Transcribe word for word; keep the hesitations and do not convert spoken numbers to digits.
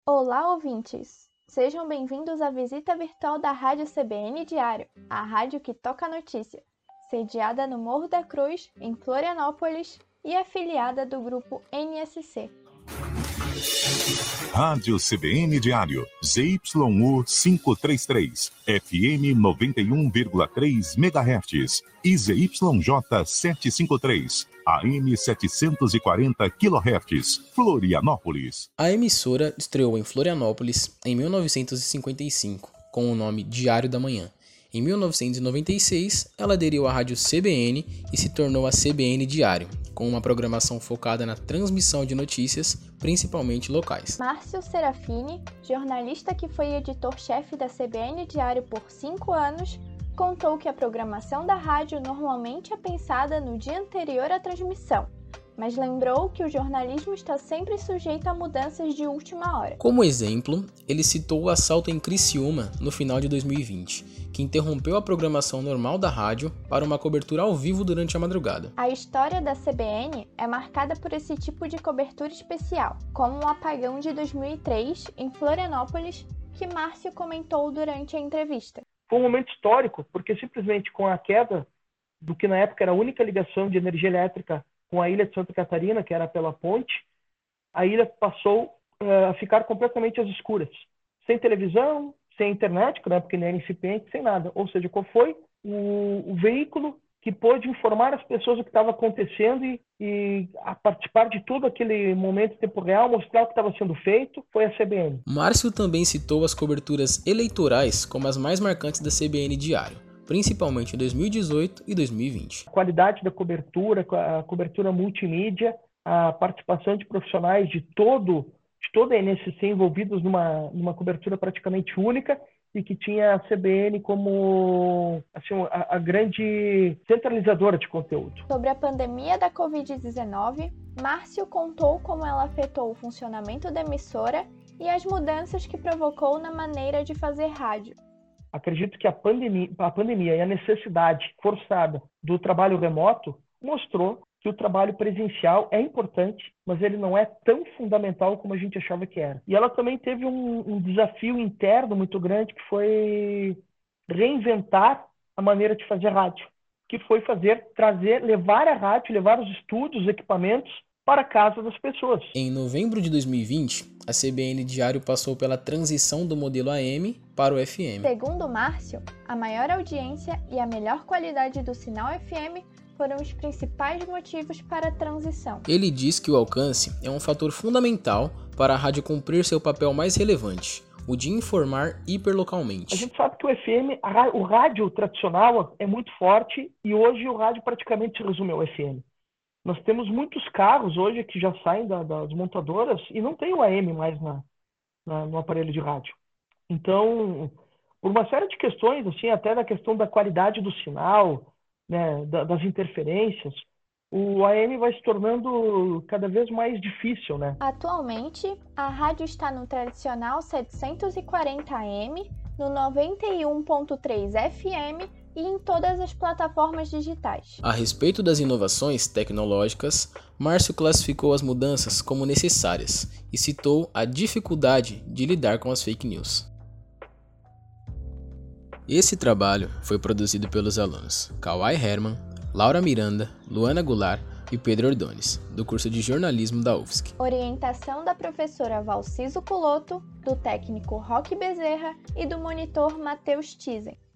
Olá, ouvintes! Sejam bem-vindos à visita virtual da Rádio C B N Diário, a rádio que toca a notícia, sediada no Morro da Cruz, em Florianópolis, e afiliada do grupo N S C. Rádio C B N Diário, Z Y U quinhentos e trinta e três, F M noventa e um vírgula três megahertz e Z Y J setecentos e cinquenta e três, A M setecentos e quarenta quilohertz, Florianópolis. A emissora estreou em Florianópolis em mil novecentos e cinquenta e cinco, com o nome Diário da Manhã. Em mil novecentos e noventa e seis, ela aderiu à rádio C B N e se tornou a C B N Diário, com uma programação focada na transmissão de notícias, principalmente locais. Márcio Serafini, jornalista que foi editor-chefe da C B N Diário por cinco anos, contou que a programação da rádio normalmente é pensada no dia anterior à transmissão, mas lembrou que o jornalismo está sempre sujeito a mudanças de última hora. Como exemplo, ele citou o assalto em Criciúma no final de dois mil e vinte, que interrompeu a programação normal da rádio para uma cobertura ao vivo durante a madrugada. A história da C B N é marcada por esse tipo de cobertura especial, como o apagão de dois mil e três em Florianópolis, que Márcio comentou durante a entrevista. Foi um momento histórico, porque simplesmente com a queda do que na época era a única ligação de energia elétrica com a ilha de Santa Catarina, que era pela ponte, a ilha passou uh, a ficar completamente às escuras. Sem televisão, sem internet, que na época nem era incipiente, sem nada. Ou seja, qual foi o, o veículo que pôde informar as pessoas o que estava acontecendo e, e a participar de todo aquele momento em tempo real, mostrar o que estava sendo feito, foi a C B N. Márcio também citou as coberturas eleitorais como as mais marcantes da C B N Diário, principalmente em dois mil e dezoito e dois mil e vinte. A qualidade da cobertura, a cobertura multimídia, a participação de profissionais de todo, de toda a N S C envolvidos numa, numa cobertura praticamente única e que tinha a C B N como assim, a, a grande centralizadora de conteúdo. Sobre a pandemia da covid dezenove, Márcio contou como ela afetou o funcionamento da emissora e as mudanças que provocou na maneira de fazer rádio. Acredito que a pandemia, a pandemia e a necessidade forçada do trabalho remoto mostrou que o trabalho presencial é importante, mas ele não é tão fundamental como a gente achava que era. E ela também teve um, um desafio interno muito grande, que foi reinventar a maneira de fazer rádio, que foi fazer, trazer, levar a rádio, levar os estúdios, os equipamentos para a casa das pessoas. Em novembro de dois mil e vinte, a C B N Diário passou pela transição do modelo A M para o F M. Segundo Márcio, a maior audiência e a melhor qualidade do sinal F M foram os principais motivos para a transição. Ele diz que o alcance é um fator fundamental para a rádio cumprir seu papel mais relevante, o de informar hiperlocalmente. A gente sabe que o F M, o rádio tradicional é muito forte e hoje o rádio praticamente se resume ao F M. Nós temos muitos carros hoje que já saem da, das montadoras e não tem o A M mais na, na, no aparelho de rádio. Então, por uma série de questões, assim, até da questão da qualidade do sinal, né, da, das interferências, o A M vai se tornando cada vez mais difícil, né? Atualmente, a rádio está no tradicional setecentos e quarenta A M, no noventa e um ponto três F M e em todas as plataformas digitais. A respeito das inovações tecnológicas, Márcio classificou as mudanças como necessárias e citou a dificuldade de lidar com as fake news. Esse trabalho foi produzido pelos alunos Kawai Herman, Laura Miranda, Luana Goulart e Pedro Ordones, do curso de jornalismo da U F S C. Orientação da professora Valciso Culoto, do técnico Roque Bezerra e do monitor Matheus Tizen.